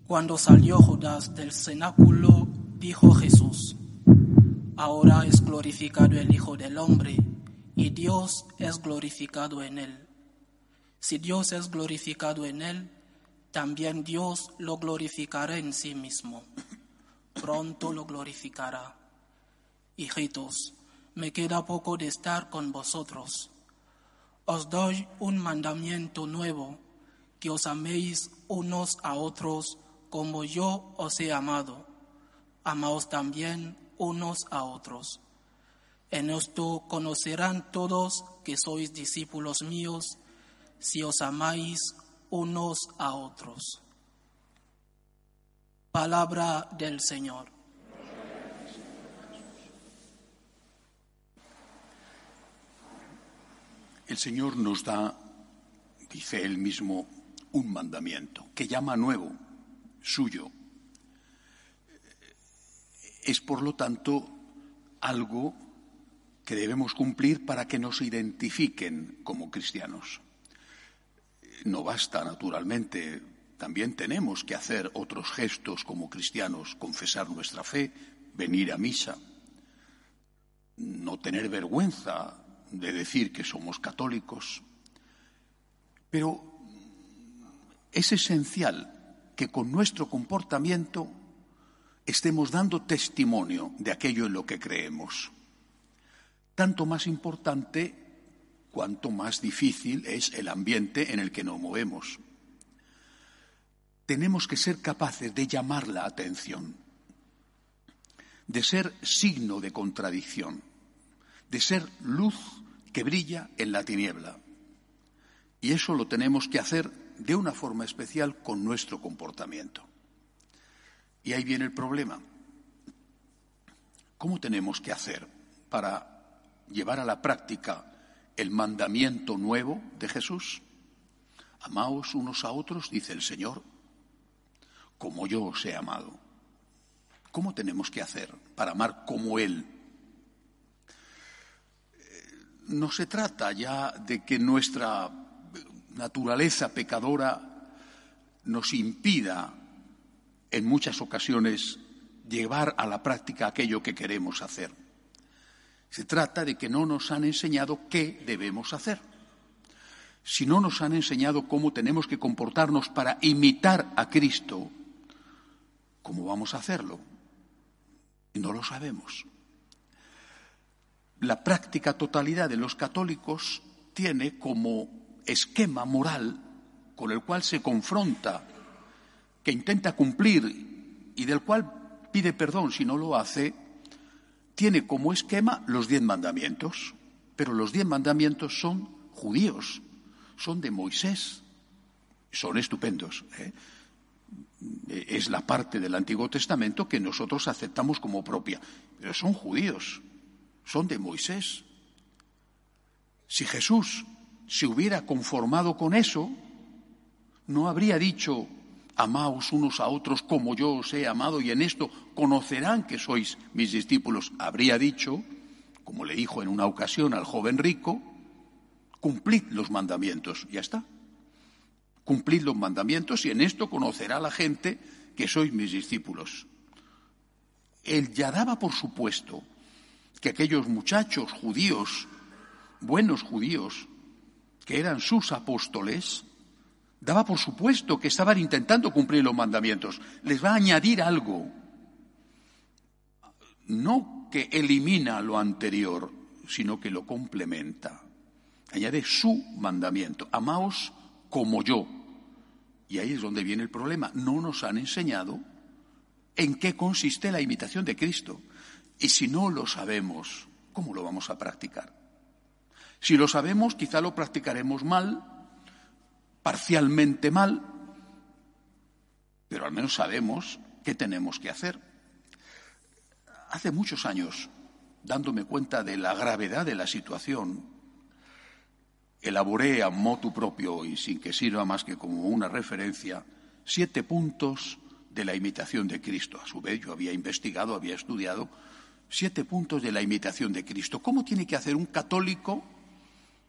Cuando salió Judas del cenáculo, dijo Jesús: Ahora es glorificado el Hijo del Hombre, y Dios es glorificado en él. Si Dios es glorificado en él, también Dios lo glorificará en sí mismo. Pronto lo glorificará. Hijitos, me queda poco de estar con vosotros. Os doy un mandamiento nuevo, que os améis unos a otros como yo os he amado. Amaos también unos a otros. En esto conocerán todos que sois discípulos míos, si os amáis unos a otros. Palabra del Señor. El Señor nos da, dice Él mismo, un mandamiento que llama nuevo, suyo. Es, por lo tanto, algo que debemos cumplir para que nos identifiquen como cristianos. No basta, naturalmente, también tenemos que hacer otros gestos como cristianos, confesar nuestra fe, venir a misa, no tener vergüenza de decir que somos católicos, pero es esencial que con nuestro comportamiento estemos dando testimonio de aquello en lo que creemos. Tanto más importante cuanto más difícil es el ambiente en el que nos movemos. Tenemos que ser capaces de llamar la atención, de ser signo de contradicción, de ser luz que brilla en la tiniebla. Y eso lo tenemos que hacer de una forma especial con nuestro comportamiento. Y ahí viene el problema. ¿Cómo tenemos que hacer para llevar a la práctica el mandamiento nuevo de Jesús? Amaos unos a otros, dice el Señor, como yo os he amado. ¿Cómo tenemos que hacer para amar como Él? No se trata ya de que nuestra naturaleza pecadora nos impida en muchas ocasiones llevar a la práctica aquello que queremos hacer. Se trata de que no nos han enseñado qué debemos hacer. Si no nos han enseñado cómo tenemos que comportarnos para imitar a Cristo, ¿cómo vamos a hacerlo? Y no lo sabemos. La práctica totalidad de los católicos tiene como esquema moral con el cual se confronta, que intenta cumplir y del cual pide perdón si no lo hace, tiene como esquema los 10 mandamientos. Pero los 10 mandamientos son judíos, son de Moisés, son estupendos, Es la parte del Antiguo Testamento que nosotros aceptamos como propia, pero son judíos, son de Moisés. Si Jesús se hubiera conformado con eso, no habría dicho: amaos unos a otros como yo os he amado y en esto conocerán que sois mis discípulos. Habría dicho, como le dijo en una ocasión al joven rico: cumplid los mandamientos. Ya está. Cumplid los mandamientos y en esto conocerá la gente que sois mis discípulos. Él ya daba por supuesto que aquellos muchachos judíos, buenos judíos, que eran sus apóstoles, daba por supuesto que estaban intentando cumplir los mandamientos. Les va a añadir algo. No que elimina lo anterior, sino que lo complementa. Añade su mandamiento. Amaos como yo. Y ahí es donde viene el problema. No nos han enseñado en qué consiste la imitación de Cristo. Y si no lo sabemos, ¿cómo lo vamos a practicar? Si lo sabemos, quizá lo practicaremos mal, parcialmente mal, pero al menos sabemos qué tenemos que hacer. Hace muchos años, dándome cuenta de la gravedad de la situación, elaboré a motu propio y sin que sirva más que como una referencia 7 puntos de la imitación de Cristo. A su vez, yo había investigado, había estudiado 7 puntos de la imitación de Cristo. ¿Cómo tiene que hacer un católico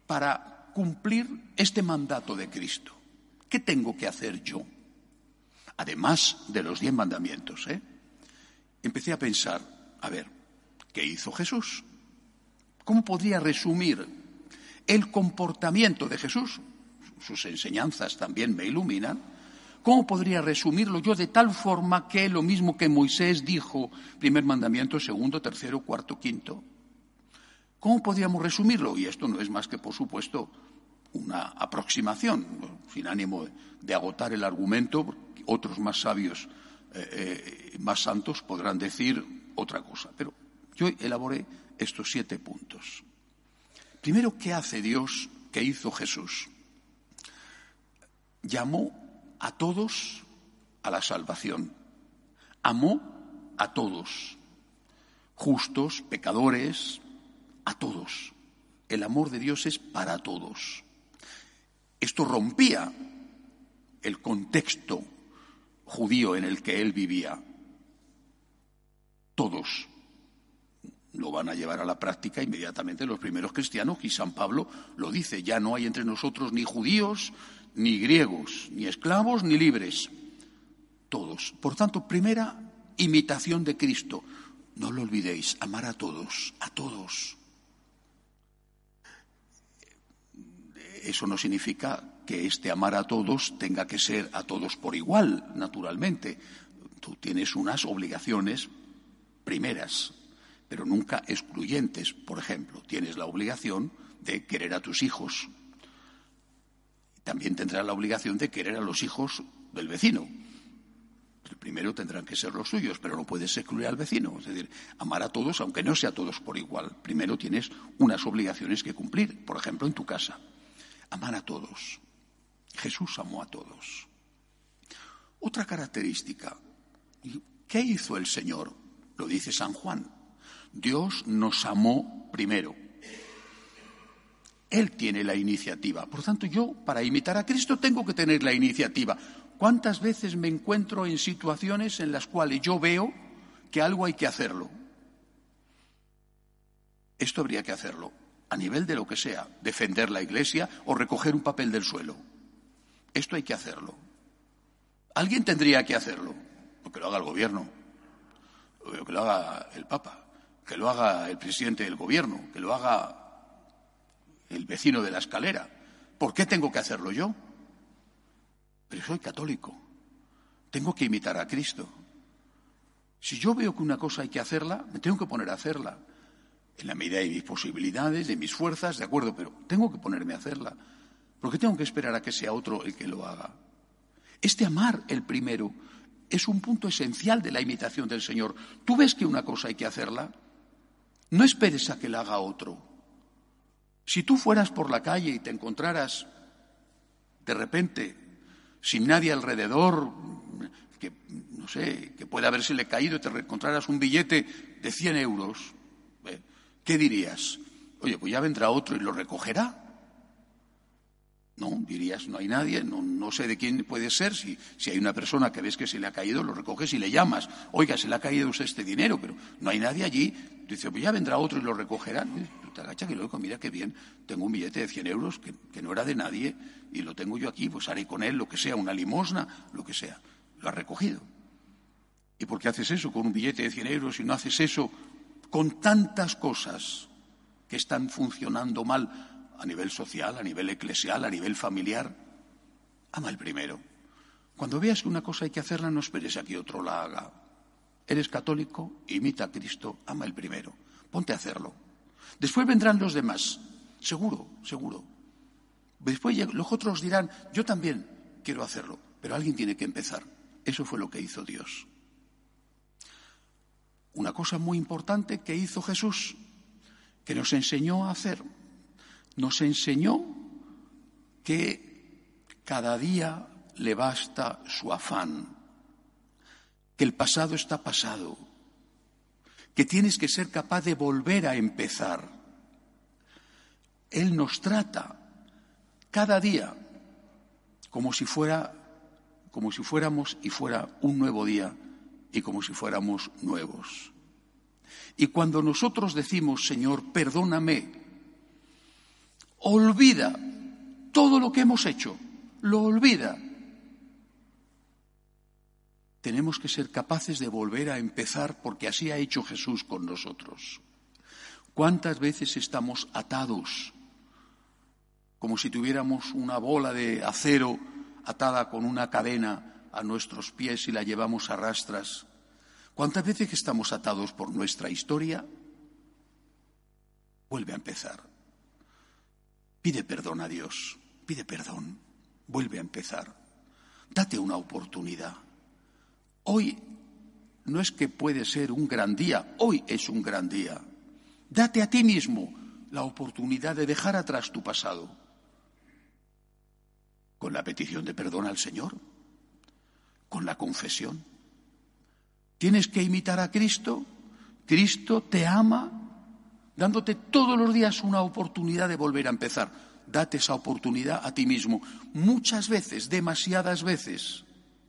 para cumplir este mandato de Cristo? ¿Qué tengo que hacer yo? además de los 10 mandamientos. Empecé a pensar, a ver, ¿qué hizo Jesús? ¿Cómo podría resumir el comportamiento de Jesús? Sus enseñanzas también me iluminan. ¿Cómo podría resumirlo yo de tal forma que lo mismo que Moisés dijo, primer mandamiento, segundo, tercero, cuarto, quinto? ¿Cómo podríamos resumirlo? Y esto no es más que, por supuesto, una aproximación, sin ánimo de agotar el argumento, porque otros más sabios, más santos, podrán decir otra cosa. Pero yo elaboré estos 7 puntos. Primero, ¿qué hace Dios? ¿Qué hizo Jesús? Llamó a todos a la salvación. Amó a todos, justos, pecadores, a todos. El amor de Dios es para todos. Esto rompía el contexto judío en el que él vivía. Todos lo van a llevar a la práctica inmediatamente los primeros cristianos, y San Pablo lo dice: ya no hay entre nosotros ni judíos, ni griegos, ni esclavos, ni libres. Todos. Por tanto, primera imitación de Cristo. No lo olvidéis, amar a todos, a todos. Eso no significa que este amar a todos tenga que ser a todos por igual, naturalmente. Tú tienes unas obligaciones primeras, pero nunca excluyentes. Por ejemplo, tienes la obligación de querer a tus hijos. También tendrás la obligación de querer a los hijos del vecino. Pero primero tendrán que ser los suyos, pero no puedes excluir al vecino. Es decir, amar a todos, aunque no sea a todos por igual. Primero tienes unas obligaciones que cumplir. Por ejemplo, en tu casa. Amar a todos. Jesús amó a todos. Otra característica. ¿Qué hizo el Señor? Lo dice San Juan. Dios nos amó primero. Él tiene la iniciativa. Por tanto, yo, para imitar a Cristo, tengo que tener la iniciativa. ¿Cuántas veces me encuentro en situaciones en las cuales yo veo que algo hay que hacerlo? Esto habría que hacerlo a nivel de lo que sea, defender la Iglesia o recoger un papel del suelo. Esto hay que hacerlo. Alguien tendría que hacerlo. O que lo haga el gobierno, o que lo haga el Papa, que lo haga el presidente del gobierno, que lo haga el vecino de la escalera. ¿Por qué tengo que hacerlo yo? Pero soy católico. Tengo que imitar a Cristo. Si yo veo que una cosa hay que hacerla, me tengo que poner a hacerla. En la medida de mis posibilidades, de mis fuerzas, de acuerdo, pero tengo que ponerme a hacerla. ¿Por qué tengo que esperar a que sea otro el que lo haga? Este amar el primero es un punto esencial de la imitación del Señor. ¿Tú ves que una cosa hay que hacerla? No esperes a que la haga otro. Si tú fueras por la calle y te encontraras de repente sin nadie alrededor, que no sé, que puede habérsele caído y te encontraras un billete de 100 euros, ¿qué dirías? Oye, pues ya vendrá otro y lo recogerá. No, dirías, no hay nadie, no sé de quién puede ser. Si hay una persona que ves que se le ha caído, lo recoges y le llamas. Oiga, se le ha caído usted este dinero, pero no hay nadie allí. Dice, pues ya vendrá otro y lo recogerá. Te agachas y luego, mira qué bien, tengo un billete de 100 euros que no era de nadie y lo tengo yo aquí, pues haré con él lo que sea, una limosna, lo que sea. Lo has recogido. ¿Y por qué haces eso con un billete de 100 euros y no haces eso con tantas cosas que están funcionando mal a nivel social, a nivel eclesial, a nivel familiar? Ama el primero. Cuando veas que una cosa hay que hacerla, no esperes a que otro la haga. Eres católico, imita a Cristo, ama el primero. Ponte a hacerlo. Después vendrán los demás, seguro, seguro. Después los otros dirán, yo también quiero hacerlo, pero alguien tiene que empezar. Eso fue lo que hizo Dios. Una cosa muy importante que hizo Jesús, que nos enseñó a hacer. Nos enseñó que cada día le basta su afán, que el pasado está pasado, que tienes que ser capaz de volver a empezar. Él nos trata cada día como si fuéramos y fuera un nuevo día y como si fuéramos nuevos. Y cuando nosotros decimos, Señor, perdóname, olvida todo lo que hemos hecho, lo olvida. tenemos que ser capaces de volver a empezar, porque así ha hecho Jesús con nosotros. ¿Cuántas veces estamos atados, como si tuviéramos una bola de acero atada con una cadena a nuestros pies y la llevamos a rastras? ¿Cuántas veces que estamos atados por nuestra historia? Vuelve a empezar. Pide perdón a Dios, pide perdón, vuelve a empezar. Date una oportunidad. Hoy no es que puede ser un gran día, hoy es un gran día. Date a ti mismo la oportunidad de dejar atrás tu pasado. Con la petición de perdón al Señor, con la confesión. Tienes que imitar a Cristo. Cristo te ama, dándote todos los días una oportunidad de volver a empezar. Date esa oportunidad a ti mismo. Muchas veces, demasiadas veces,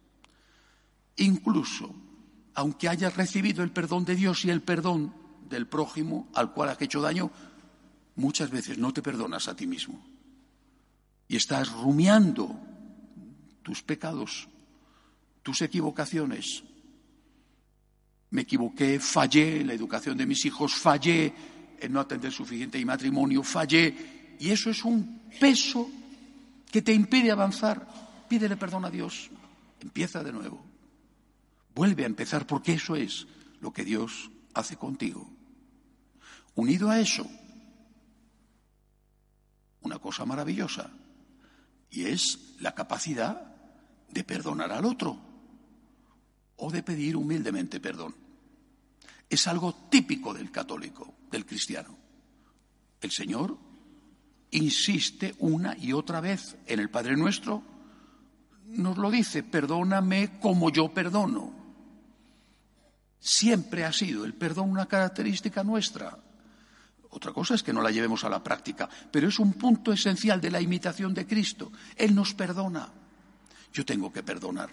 incluso aunque hayas recibido el perdón de Dios y el perdón del prójimo al cual has hecho daño, muchas veces no te perdonas a ti mismo. Y estás rumiando tus pecados, tus equivocaciones. Me equivoqué, fallé en la educación de mis hijos, fallé en no atender suficiente mi matrimonio, fallé. Y eso es un peso que te impide avanzar. Pídele perdón a Dios. Empieza de nuevo. Vuelve a empezar, porque eso es lo que Dios hace contigo. Unido a eso, una cosa maravillosa, y es la capacidad de perdonar al otro o de pedir humildemente perdón. Es algo típico del católico, del cristiano. El Señor insiste una y otra vez en el Padre Nuestro, nos lo dice: perdóname como yo perdono. Siempre ha sido el perdón una característica nuestra. Otra cosa es que no la llevemos a la práctica, pero es un punto esencial de la imitación de Cristo. Él nos perdona. Yo tengo que perdonar.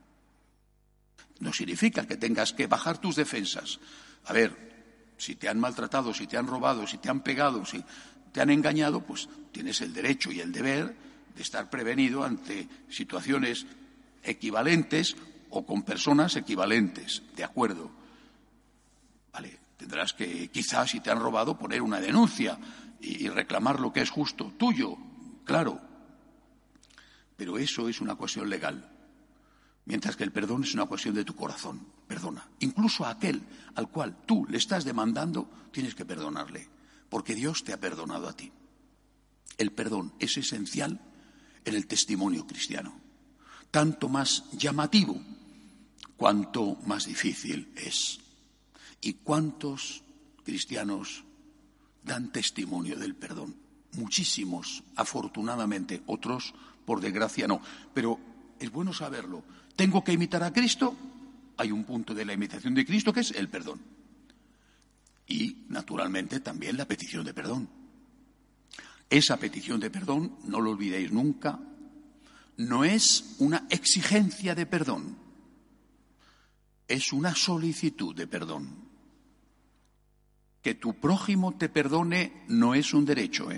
No significa que tengas que bajar tus defensas. A ver, si te han maltratado, si te han robado, si te han pegado, si te han engañado, pues tienes el derecho y el deber de estar prevenido ante situaciones equivalentes o con personas equivalentes. De acuerdo. Vale, tendrás que, quizás, si te han robado, poner una denuncia y reclamar lo que es justo tuyo, claro. Pero eso es una cuestión legal. Mientras que el perdón es una cuestión de tu corazón. Perdona. Incluso a aquel al cual tú le estás demandando, tienes que perdonarle, porque Dios te ha perdonado a ti. El perdón es esencial en el testimonio cristiano. Tanto más llamativo, cuanto más difícil es. ¿Y cuántos cristianos dan testimonio del perdón? Muchísimos, afortunadamente. Otros, por desgracia, no. Pero es bueno saberlo. ¿Tengo que imitar a Cristo? Hay un punto de la imitación de Cristo que es el perdón. Y, naturalmente, también la petición de perdón. Esa petición de perdón, no lo olvidéis nunca, no es una exigencia de perdón, es una solicitud de perdón. Que tu prójimo te perdone no es un derecho,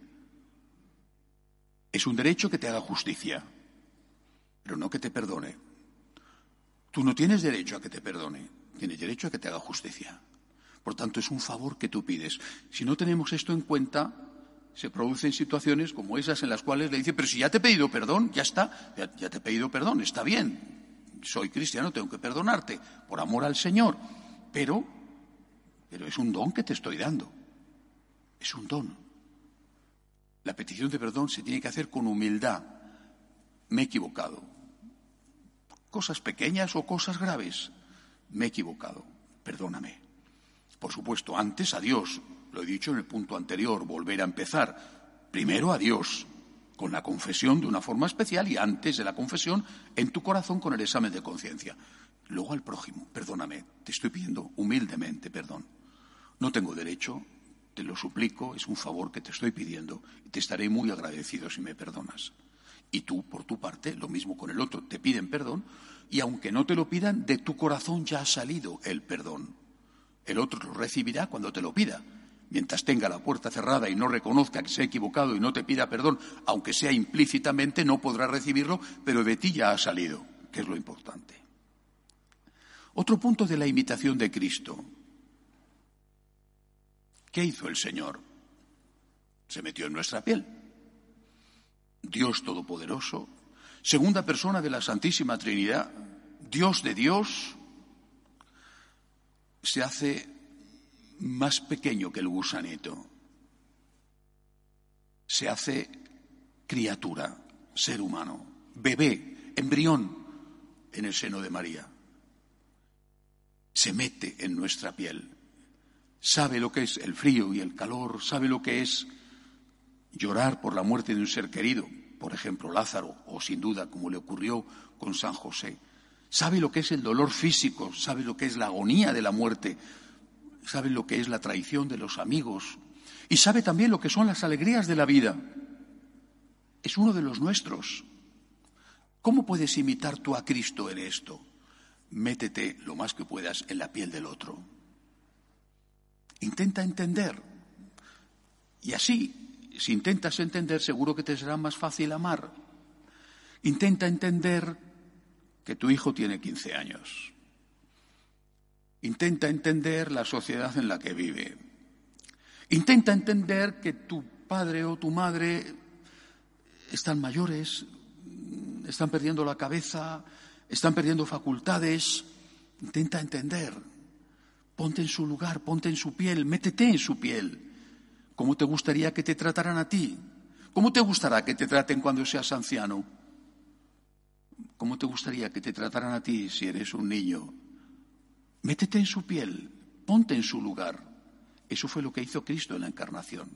Es un derecho que te haga justicia, pero no que te perdone. Tú no tienes derecho a que te perdone, tienes derecho a que te haga justicia. Por tanto, es un favor que tú pides. Si no tenemos esto en cuenta, se producen situaciones como esas en las cuales le dice: pero si ya te he pedido perdón, ya está, ya te he pedido perdón, está bien. Soy cristiano, tengo que perdonarte por amor al Señor. Pero es un don que te estoy dando. Es un don. La petición de perdón se tiene que hacer con humildad. Me he equivocado. Cosas pequeñas o cosas graves. Me he equivocado. Perdóname. Por supuesto, antes a Dios. Lo he dicho en el punto anterior, volver a empezar. Primero a Dios, con la confesión de una forma especial, y antes de la confesión, en tu corazón con el examen de conciencia. Luego al prójimo: perdóname, te estoy pidiendo humildemente perdón. No tengo derecho, te lo suplico, es un favor que te estoy pidiendo, y te estaré muy agradecido si me perdonas. Y tú, por tu parte, lo mismo con el otro, te piden perdón, y aunque no te lo pidan, de tu corazón ya ha salido el perdón. El otro lo recibirá cuando te lo pida. Mientras tenga la puerta cerrada y no reconozca que se ha equivocado y no te pida perdón, aunque sea implícitamente, no podrá recibirlo, pero de ti ya ha salido, que es lo importante. Otro punto de la imitación de Cristo. ¿Qué hizo el Señor? Se metió en nuestra piel. Dios Todopoderoso, segunda persona de la Santísima Trinidad, Dios de Dios, se hace más pequeño que el gusanito. Se hace criatura, ser humano, bebé, embrión en el seno de María. Se mete en nuestra piel. Sabe lo que es el frío y el calor, sabe lo que es llorar por la muerte de un ser querido, por ejemplo Lázaro, o sin duda como le ocurrió con San José. Sabe lo que es el dolor físico, sabe lo que es la agonía de la muerte, sabe lo que es la traición de los amigos y sabe también lo que son las alegrías de la vida. Es uno de los nuestros. ¿Cómo puedes imitar tú a Cristo en esto? Métete lo más que puedas en la piel del otro. Intenta entender. Y así, si intentas entender, seguro que te será más fácil amar. Intenta entender que tu hijo tiene 15 años. Intenta entender la sociedad en la que vive. Intenta entender que tu padre o tu madre están mayores, están perdiendo la cabeza, están perdiendo facultades. Intenta entender. Ponte en su lugar, ponte en su piel, métete en su piel. ¿Cómo te gustaría que te trataran a ti? ¿Cómo te gustará que te traten cuando seas anciano? ¿Cómo te gustaría que te trataran a ti si eres un niño? Métete en su piel, ponte en su lugar. Eso fue lo que hizo Cristo en la Encarnación.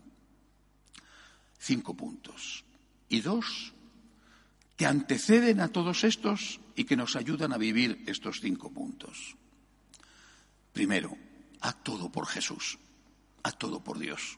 5 puntos. Y 2 que anteceden a todos estos y que nos ayudan a vivir estos 5 puntos. Primero, haz todo por Jesús, haz todo por Dios.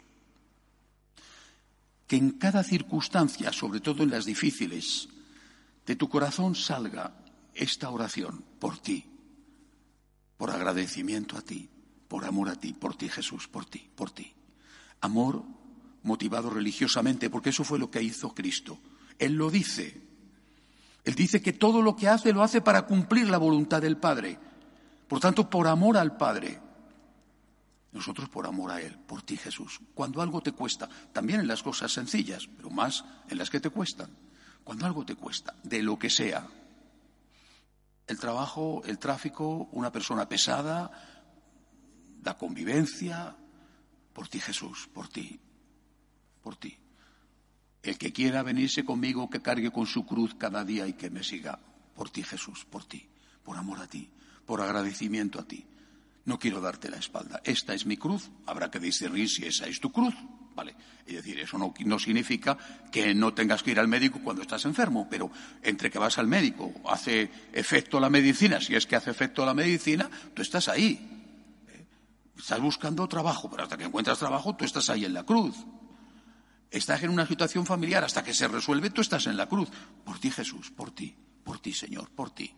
Que en cada circunstancia, sobre todo en las difíciles, de tu corazón salga esta oración por ti, por agradecimiento a ti, por amor a ti, por ti Jesús, por ti, por ti. Amor motivado religiosamente, porque eso fue lo que hizo Cristo. Él lo dice. Él dice que todo lo que hace lo hace para cumplir la voluntad del Padre. Por tanto, por amor al Padre. Nosotros por amor a Él, por ti Jesús. Cuando algo te cuesta, también en las cosas sencillas, pero más en las que te cuestan. Cuando algo te cuesta, de lo que sea, el trabajo, el tráfico, una persona pesada, la convivencia, por ti Jesús, por ti, por ti. El que quiera venirse conmigo, que cargue con su cruz cada día y que me siga, por ti Jesús, por ti, por amor a ti, por agradecimiento a ti. No quiero darte la espalda. Esta es mi cruz, habrá que discernir si esa es tu cruz. Vale, es decir, eso no significa que no tengas que ir al médico cuando estás enfermo, pero entre que vas al médico, hace efecto la medicina, si es que hace efecto la medicina, tú estás ahí. Estás buscando trabajo, pero hasta que encuentras trabajo, tú estás ahí en la cruz. Estás en una situación familiar, hasta que se resuelve, tú estás en la cruz. Por ti, Jesús, por ti, Señor, por ti.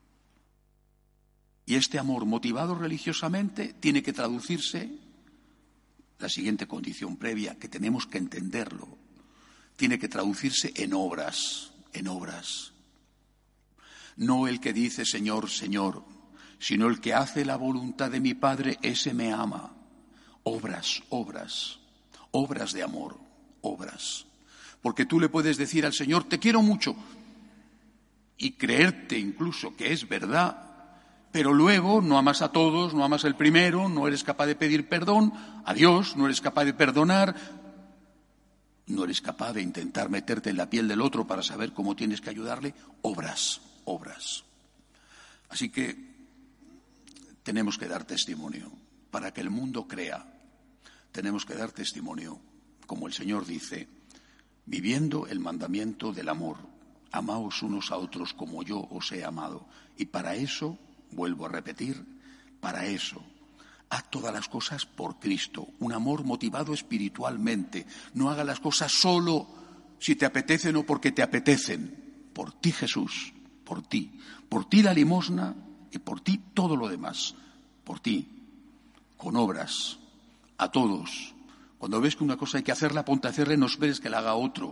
Y este amor motivado religiosamente tiene que traducirse, la siguiente condición previa, que tenemos que entenderlo, tiene que traducirse en obras, en obras. No el que dice Señor, Señor, sino el que hace la voluntad de mi Padre, ese me ama. Obras, obras, obras de amor, obras. Porque tú le puedes decir al Señor, te quiero mucho, y creerte incluso que es verdad, pero luego no amas a todos, no amas al primero, no eres capaz de pedir perdón a Dios, no eres capaz de perdonar, no eres capaz de intentar meterte en la piel del otro para saber cómo tienes que ayudarle. Obras, obras. Así que tenemos que dar testimonio para que el mundo crea. Tenemos que dar testimonio, como el Señor dice, viviendo el mandamiento del amor. Amaos unos a otros como yo os he amado. Y para eso, vuelvo a repetir, para eso, haz todas las cosas por Cristo. Un amor motivado espiritualmente. No haga las cosas solo si te apetecen o porque te apetecen. Por ti, Jesús, por ti. Por ti la limosna y por ti todo lo demás. Por ti, con obras, a todos. Cuando ves que una cosa hay que hacerla, ponte a hacerla y no esperes que la haga otro.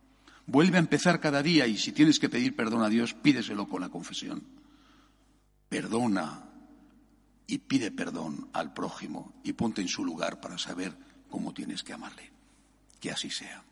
Vuelve a empezar cada día y si tienes que pedir perdón a Dios, pídeselo con la confesión. perdona y pide perdón al prójimo y ponte en su lugar para saber cómo tienes que amarle. Que así sea.